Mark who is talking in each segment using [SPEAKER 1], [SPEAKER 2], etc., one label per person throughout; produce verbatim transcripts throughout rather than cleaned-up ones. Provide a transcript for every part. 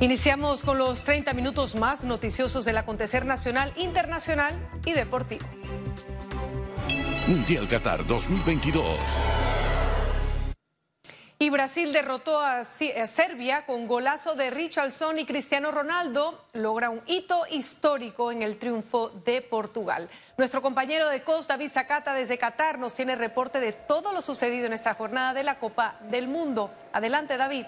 [SPEAKER 1] Iniciamos con los treinta minutos más noticiosos del acontecer nacional, internacional y deportivo.
[SPEAKER 2] Mundial Qatar dos mil veintidós.
[SPEAKER 1] Y Brasil derrotó a Serbia con golazo de Richarlison y Cristiano Ronaldo logra un hito histórico en el triunfo de Portugal. Nuestro compañero de C O S, David Zacata, desde Qatar, nos tiene reporte de todo lo sucedido en esta jornada de la Copa del Mundo. Adelante, David.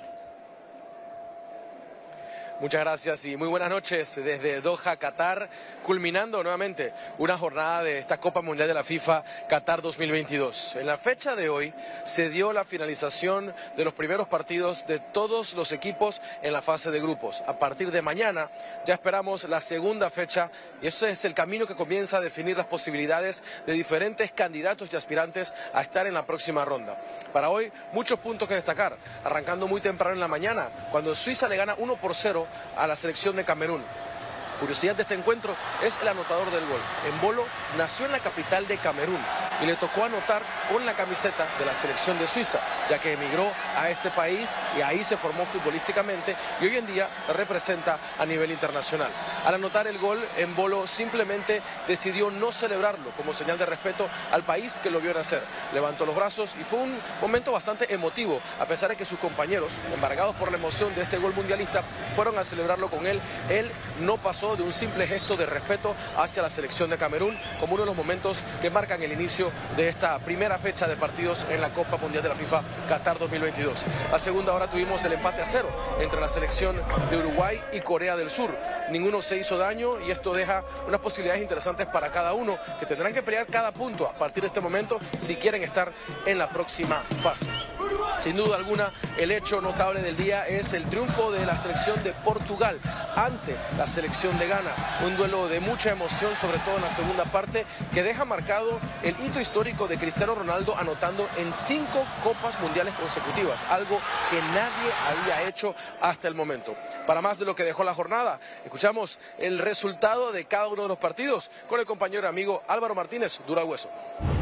[SPEAKER 3] Muchas gracias y muy buenas noches desde Doha, Qatar, culminando nuevamente una jornada de esta Copa Mundial de la FIFA Qatar dos mil veintidós. En la fecha de hoy se dio la finalización de los primeros partidos de todos los equipos en la fase de grupos. A partir de mañana ya esperamos la segunda fecha y ese es el camino que comienza a definir las posibilidades de diferentes candidatos y aspirantes a estar en la próxima ronda. Para hoy, muchos puntos que destacar, arrancando muy temprano en la mañana, cuando Suiza le gana uno por cero a la selección de Camerún. Curiosidad de este encuentro es el anotador del gol. Embolo nació en la capital de Camerún y le tocó anotar con la camiseta de la selección de Suiza, ya que emigró a este país y ahí se formó futbolísticamente y hoy en día representa a nivel internacional. Al anotar el gol, Embolo simplemente decidió no celebrarlo como señal de respeto al país que lo vio nacer. Levantó los brazos y fue un momento bastante emotivo, a pesar de que sus compañeros, embargados por la emoción de este gol mundialista, fueron a celebrarlo con él. Él no pasó de un simple gesto de respeto hacia la selección de Camerún como uno de los momentos que marcan el inicio de esta primera fecha de partidos en la Copa Mundial de la FIFA Qatar dos mil veintidós. A segunda hora tuvimos el empate a cero entre la selección de Uruguay y Corea del Sur. Ninguno se hizo daño y esto deja unas posibilidades interesantes para cada uno, que tendrán que pelear cada punto a partir de este momento si quieren estar en la próxima fase. Sin duda alguna, el hecho notable del día es el triunfo de la selección de Portugal ante la selección de Ghana. Un duelo de mucha emoción, sobre todo en la segunda parte, que deja marcado el hito histórico de Cristiano Ronaldo anotando en cinco Copas Mundiales consecutivas, algo que nadie había hecho hasta el momento. Para más de lo que dejó la jornada, escuchamos el resultado de cada uno de los partidos con el compañero y amigo Álvaro Martínez, duro al hueso.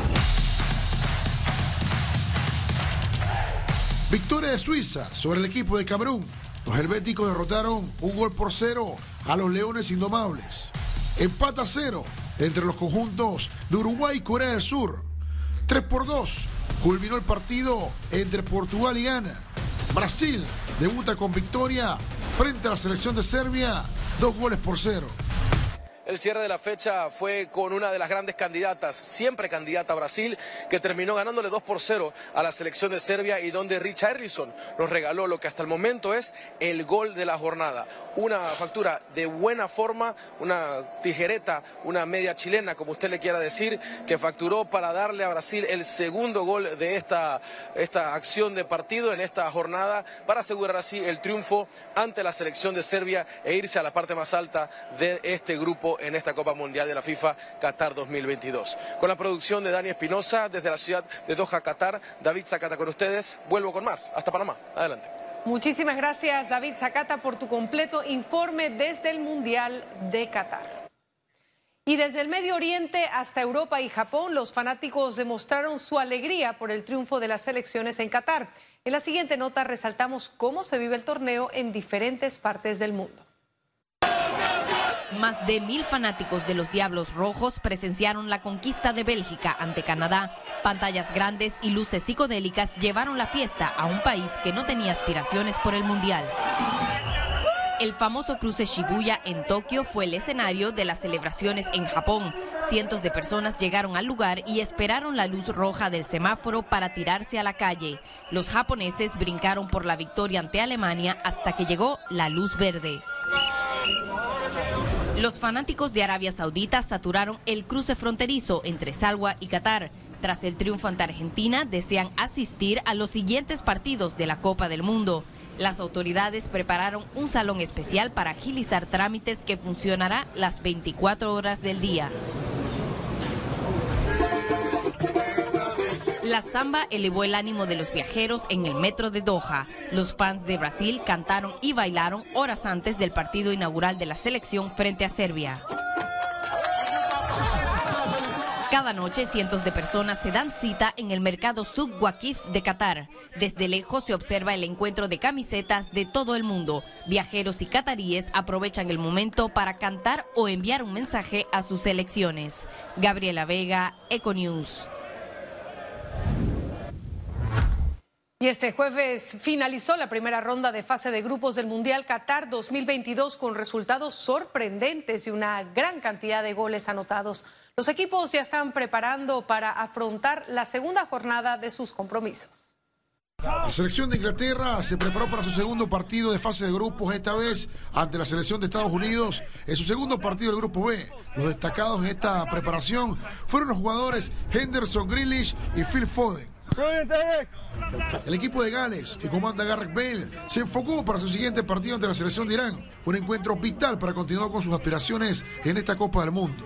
[SPEAKER 4] Victoria de Suiza sobre el equipo de Camerún. Los helvéticos derrotaron un gol por cero a los Leones Indomables. Empate a cero entre los conjuntos de Uruguay y Corea del Sur. tres por dos culminó el partido entre Portugal y Ghana. Brasil debuta con victoria frente a la selección de Serbia, dos goles por cero.
[SPEAKER 3] El cierre de la fecha fue con una de las grandes candidatas, siempre candidata a Brasil, que terminó ganándole dos por cero a la selección de Serbia y donde Richarlison nos regaló lo que hasta el momento es el gol de la jornada. Una factura de buena forma, una tijereta, una media chilena, como usted le quiera decir, que facturó para darle a Brasil el segundo gol de esta, esta acción de partido en esta jornada, para asegurar así el triunfo ante la selección de Serbia e irse a la parte más alta de este grupo en esta Copa Mundial de la FIFA Qatar dos mil veintidós. Con la producción de Dani Espinosa desde la ciudad de Doha, Qatar, David Zacata con ustedes. Vuelvo con más. Hasta Panamá. Adelante.
[SPEAKER 1] Muchísimas gracias, David Zacata, por tu completo informe desde el Mundial de Qatar. Y desde el Medio Oriente hasta Europa y Japón, los fanáticos demostraron su alegría por el triunfo de las selecciones en Qatar. En la siguiente nota resaltamos cómo se vive el torneo en diferentes partes del mundo.
[SPEAKER 5] Más de mil fanáticos de los Diablos Rojos presenciaron la conquista de Bélgica ante Canadá. Pantallas grandes y luces psicodélicas llevaron la fiesta a un país que no tenía aspiraciones por el Mundial. El famoso cruce Shibuya en Tokio fue el escenario de las celebraciones en Japón. Cientos de personas llegaron al lugar y esperaron la luz roja del semáforo para tirarse a la calle. Los japoneses brincaron por la victoria ante Alemania hasta que llegó la luz verde. Los fanáticos de Arabia Saudita saturaron el cruce fronterizo entre Salwa y Qatar. Tras el triunfo ante Argentina, desean asistir a los siguientes partidos de la Copa del Mundo. Las autoridades prepararon un salón especial para agilizar trámites que funcionará las veinticuatro horas del día. La samba elevó el ánimo de los viajeros en el metro de Doha. Los fans de Brasil cantaron y bailaron horas antes del partido inaugural de la selección frente a Serbia. Cada noche cientos de personas se dan cita en el mercado Souq Waqif de Qatar. Desde lejos se observa el encuentro de camisetas de todo el mundo. Viajeros y cataríes aprovechan el momento para cantar o enviar un mensaje a sus selecciones. Gabriela Vega, Econews.
[SPEAKER 1] Y este jueves finalizó la primera ronda de fase de grupos del Mundial Qatar dos mil veintidós con resultados sorprendentes y una gran cantidad de goles anotados. Los equipos ya están preparando para afrontar la segunda jornada de sus compromisos.
[SPEAKER 4] La selección de Inglaterra se preparó para su segundo partido de fase de grupos, esta vez ante la selección de Estados Unidos en su segundo partido del Grupo B. Los destacados en esta preparación fueron los jugadores Henderson, Grealish y Phil Foden. El equipo de Gales, que comanda Gareth Bale, se enfocó para su siguiente partido ante la selección de Irán, un encuentro vital para continuar con sus aspiraciones en esta Copa del Mundo.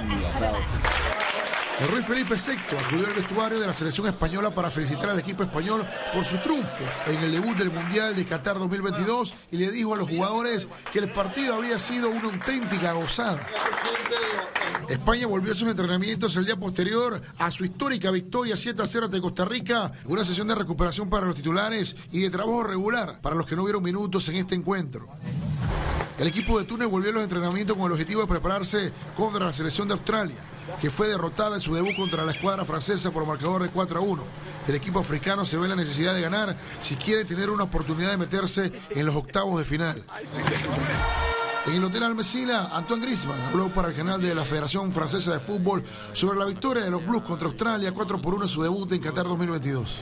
[SPEAKER 4] El rey Felipe sexto acudió al vestuario de la selección española para felicitar al equipo español por su triunfo en el debut del Mundial de Qatar dos mil veintidós y le dijo a los jugadores que el partido había sido una auténtica gozada. España volvió a sus entrenamientos el día posterior a su histórica victoria siete a cero ante Costa Rica, una sesión de recuperación para los titulares y de trabajo regular para los que no vieron minutos en este encuentro. El equipo de Túnez volvió a los entrenamientos con el objetivo de prepararse contra la selección de Australia, que fue derrotada en su debut contra la escuadra francesa por marcador de cuatro a uno. El equipo africano se ve la necesidad de ganar si quiere tener una oportunidad de meterse en los octavos de final. En el Hotel Almesila, Antoine Griezmann habló para el canal de la Federación Francesa de Fútbol sobre la victoria de los Blues contra Australia cuatro por uno en su debut en Qatar dos mil veintidós.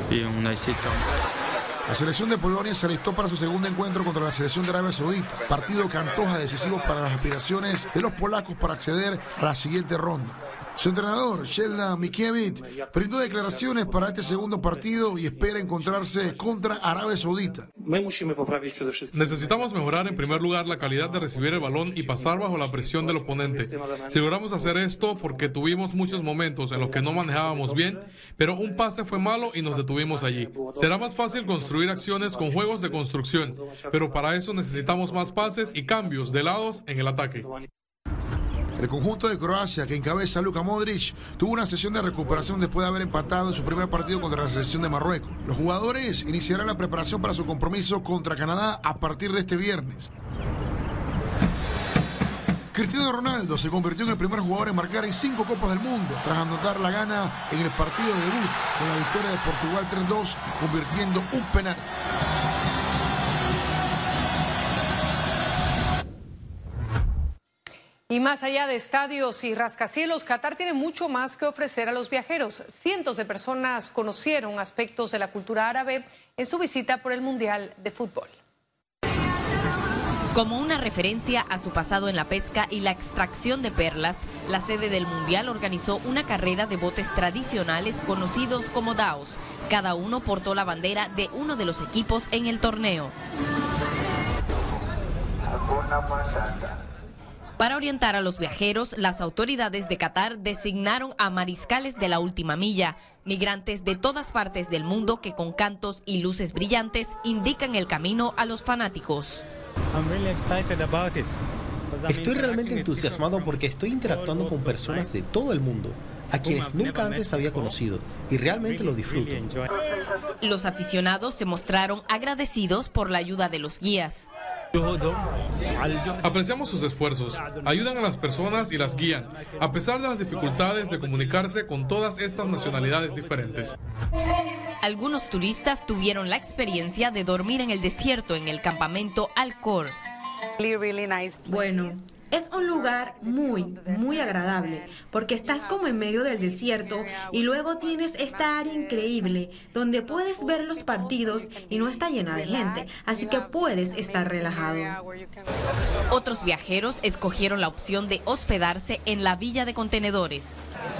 [SPEAKER 4] La selección de Polonia se alistó para su segundo encuentro contra la selección de Arabia Saudita, partido que antoja decisivo para las aspiraciones de los polacos para acceder a la siguiente ronda. Su entrenador, Shelna Mikiewicz, brindó declaraciones para este segundo partido y espera encontrarse contra Arabia Saudita.
[SPEAKER 6] Necesitamos mejorar en primer lugar la calidad de recibir el balón y pasar bajo la presión del oponente. Si logramos hacer esto, porque tuvimos muchos momentos en los que no manejábamos bien, pero un pase fue malo y nos detuvimos allí. Será más fácil construir acciones con juegos de construcción, pero para eso necesitamos más pases y cambios de lados en el ataque.
[SPEAKER 4] El conjunto de Croacia, que encabeza Luka Modric, tuvo una sesión de recuperación después de haber empatado en su primer partido contra la selección de Marruecos. Los jugadores iniciarán la preparación para su compromiso contra Canadá a partir de este viernes. Cristiano Ronaldo se convirtió en el primer jugador en marcar en cinco Copas del Mundo, tras anotar la gana en el partido de debut con la victoria de Portugal tres dos, convirtiendo un penal.
[SPEAKER 1] Y más allá de estadios y rascacielos, Qatar tiene mucho más que ofrecer a los viajeros. Cientos de personas conocieron aspectos de la cultura árabe en su visita por el Mundial de Fútbol.
[SPEAKER 5] Como una referencia a su pasado en la pesca y la extracción de perlas, la sede del Mundial organizó una carrera de botes tradicionales conocidos como daos. Cada uno portó la bandera de uno de los equipos en el torneo. Para orientar a los viajeros, las autoridades de Qatar designaron a mariscales de la última milla, migrantes de todas partes del mundo que con cantos y luces brillantes indican el camino a los fanáticos.
[SPEAKER 7] Estoy realmente entusiasmado porque estoy interactuando con personas de todo el mundo, a quienes nunca antes había conocido, y realmente lo disfruto.
[SPEAKER 5] Los aficionados se mostraron agradecidos por la ayuda de los guías.
[SPEAKER 6] Apreciamos sus esfuerzos, ayudan a las personas y las guían, a pesar de las dificultades de comunicarse con todas estas nacionalidades diferentes.
[SPEAKER 5] Algunos turistas tuvieron la experiencia de dormir en el desierto en el campamento Al-Khor.
[SPEAKER 8] Bueno, es un lugar muy, muy agradable, porque estás como en medio del desierto y luego tienes esta área increíble donde puedes ver los partidos y no está llena de gente, así que puedes estar relajado.
[SPEAKER 5] Otros viajeros escogieron la opción de hospedarse en la villa de contenedores.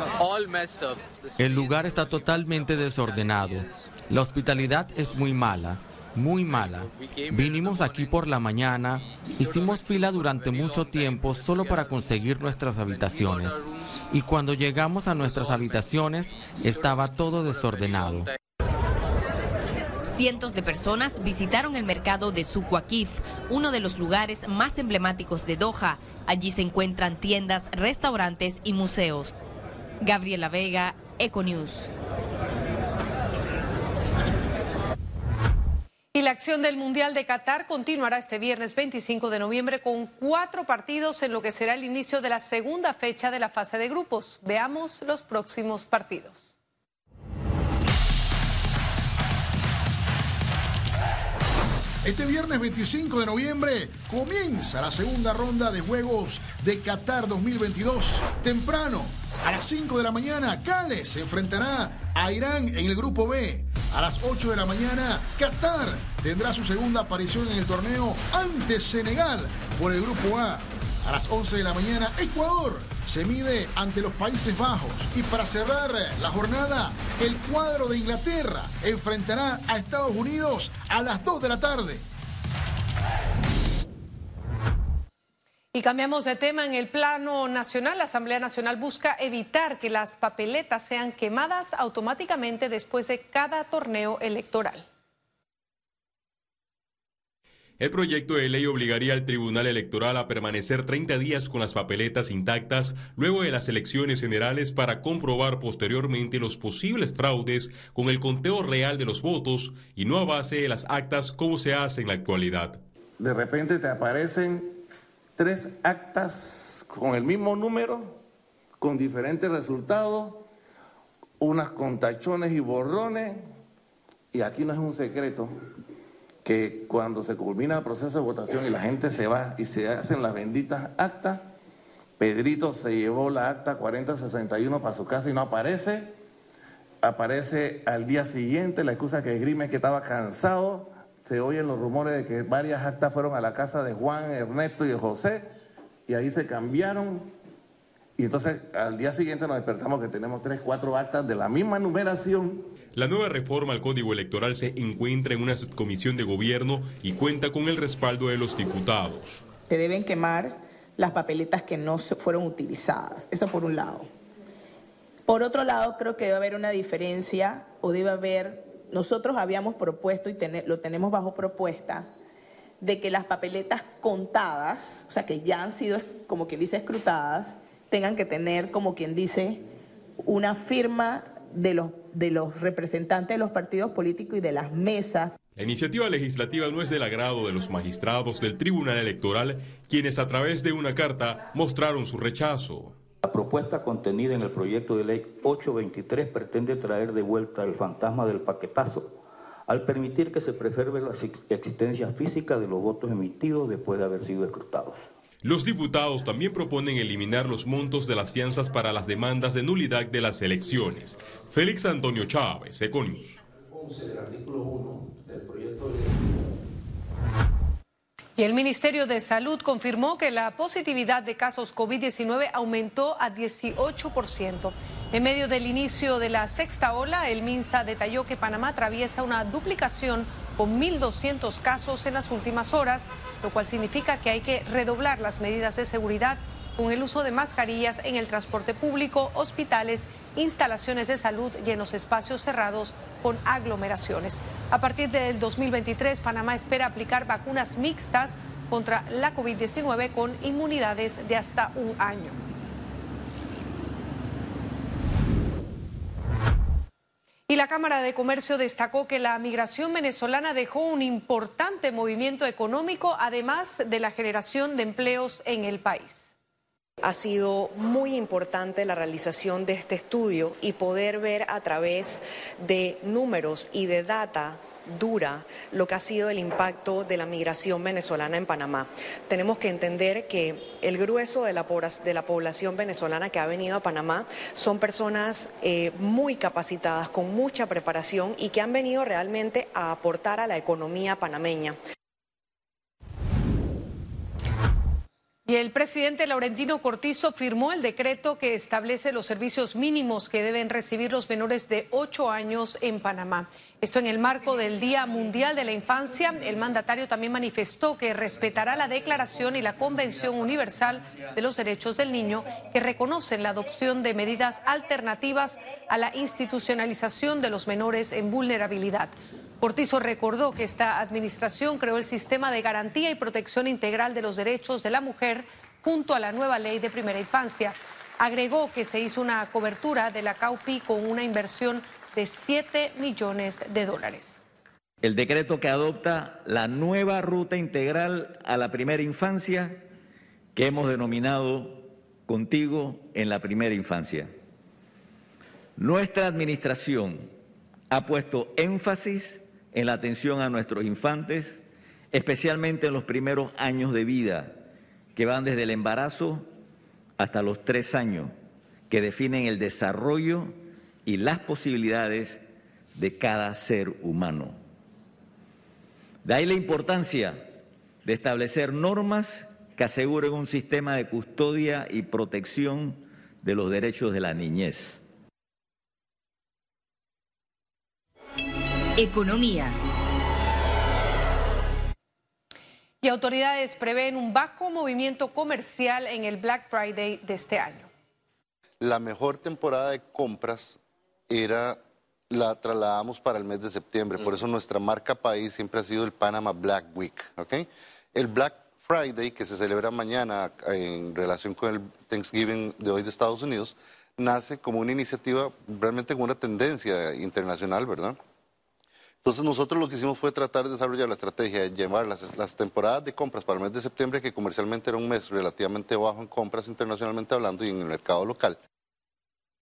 [SPEAKER 9] El lugar está totalmente desordenado. La hospitalidad es muy mala. Muy mala. Vinimos aquí por la mañana, hicimos fila durante mucho tiempo solo para conseguir nuestras habitaciones. Y cuando llegamos a nuestras habitaciones, estaba todo desordenado.
[SPEAKER 5] Cientos de personas visitaron el mercado de Souq Waqif, uno de los lugares más emblemáticos de Doha. Allí se encuentran tiendas, restaurantes y museos. Gabriela Vega, Econews.
[SPEAKER 1] Y la acción del Mundial de Qatar continuará este viernes veinticinco de noviembre con cuatro partidos en lo que será el inicio de la segunda fecha de la fase de grupos. Veamos los próximos partidos.
[SPEAKER 4] Este viernes veinticinco de noviembre comienza la segunda ronda de Juegos de Qatar dos mil veintidós. Temprano, a las cinco de la mañana, Gales se enfrentará a Irán en el grupo B. A las ocho de la mañana, Qatar tendrá su segunda aparición en el torneo ante Senegal por el grupo A. A las once de la mañana, Ecuador se mide ante los Países Bajos. Y para cerrar la jornada, el cuadro de Inglaterra enfrentará a Estados Unidos a las dos de la tarde.
[SPEAKER 1] Y cambiamos de tema. En el plano nacional, la Asamblea Nacional busca evitar que las papeletas sean quemadas automáticamente después de cada torneo electoral.
[SPEAKER 10] El proyecto de ley obligaría al Tribunal Electoral a permanecer treinta días con las papeletas intactas luego de las elecciones generales para comprobar posteriormente los posibles fraudes con el conteo real de los votos y no a base de las actas como se hace en la actualidad.
[SPEAKER 11] De repente te aparecen tres actas con el mismo número, con diferentes resultados, unas con tachones y borrones, y aquí no es un secreto que cuando se culmina el proceso de votación y la gente se va y se hacen las benditas actas, Pedrito se llevó la acta cuarenta sesenta y uno para su casa y no aparece, aparece al día siguiente, la excusa que esgrime es que estaba cansado, se oyen los rumores de que varias actas fueron a la casa de Juan, Ernesto y de José, y ahí se cambiaron, y entonces al día siguiente nos despertamos que tenemos tres, cuatro actas de la misma numeración.
[SPEAKER 10] La nueva reforma al Código Electoral se encuentra en una subcomisión de gobierno y cuenta con el respaldo de los diputados.
[SPEAKER 12] Se deben quemar las papeletas que no fueron utilizadas, eso por un lado. Por otro lado, creo que debe haber una diferencia o debe haber, nosotros habíamos propuesto y tener, lo tenemos bajo propuesta, de que las papeletas contadas, o sea que ya han sido, como quien dice, escrutadas, tengan que tener, como quien dice, una firma de los, de los representantes de los partidos políticos y de las mesas.
[SPEAKER 10] La iniciativa legislativa no es del agrado de los magistrados del Tribunal Electoral, quienes a través de una carta mostraron su rechazo.
[SPEAKER 13] La propuesta contenida en el proyecto de ley ochocientos veintitrés pretende traer de vuelta el fantasma del paquetazo, al permitir que se preserve la existencia física de los votos emitidos después de haber sido escrutados.
[SPEAKER 10] Los diputados también proponen eliminar los montos de las fianzas para las demandas de nulidad de las elecciones. Félix Antonio Chávez, Econews.
[SPEAKER 1] Y el Ministerio de Salud confirmó que la positividad de casos COVID diecinueve aumentó a dieciocho por ciento. En medio del inicio de la sexta ola, el MINSA detalló que Panamá atraviesa una duplicación con mil doscientos casos en las últimas horas, lo cual significa que hay que redoblar las medidas de seguridad con el uso de mascarillas en el transporte público, hospitales, instalaciones de salud y en los espacios cerrados con aglomeraciones. A partir del dos mil veintitrés, Panamá espera aplicar vacunas mixtas contra la COVID diecinueve con inmunidades de hasta un año. Y la Cámara de Comercio destacó que la migración venezolana dejó un importante movimiento económico, además de la generación de empleos en el país.
[SPEAKER 14] Ha sido muy importante la realización de este estudio y poder ver a través de números y de data dura lo que ha sido el impacto de la migración venezolana en Panamá. Tenemos que entender que el grueso de la, de la población venezolana que ha venido a Panamá son personas eh, muy capacitadas, con mucha preparación y que han venido realmente a aportar a la economía panameña.
[SPEAKER 1] Y el presidente Laurentino Cortizo firmó el decreto que establece los servicios mínimos que deben recibir los menores de ocho años en Panamá. Esto en el marco del Día Mundial de la Infancia. El mandatario también manifestó que respetará la Declaración y la Convención Universal de los Derechos del Niño, que reconocen la adopción de medidas alternativas a la institucionalización de los menores en vulnerabilidad. Cortizo recordó que esta administración creó el Sistema de Garantía y Protección Integral de los Derechos de la Mujer junto a la nueva Ley de Primera Infancia. Agregó que se hizo una cobertura de la Caupi con una inversión de siete millones de dólares.
[SPEAKER 15] El decreto que adopta la nueva ruta integral a la primera infancia que hemos denominado Contigo en la Primera Infancia. Nuestra administración ha puesto énfasis en la atención a nuestros infantes, especialmente en los primeros años de vida, que van desde el embarazo hasta los tres años, que definen el desarrollo y las posibilidades de cada ser humano. De ahí la importancia de establecer normas que aseguren un sistema de custodia y protección de los derechos de la niñez.
[SPEAKER 16] Economía.
[SPEAKER 1] Y autoridades prevén un bajo movimiento comercial en el Black Friday de este año.
[SPEAKER 17] La mejor temporada de compras era, la trasladamos para el mes de septiembre, por eso nuestra marca país siempre ha sido el Panama Black Week, ¿ok? El Black Friday, que se celebra mañana en relación con el Thanksgiving de hoy de Estados Unidos, nace como una iniciativa realmente con una tendencia internacional, ¿verdad? Entonces nosotros lo que hicimos fue tratar de desarrollar la estrategia de llevar las, las temporadas de compras para el mes de septiembre, que comercialmente era un mes relativamente bajo en compras internacionalmente hablando y en el mercado local.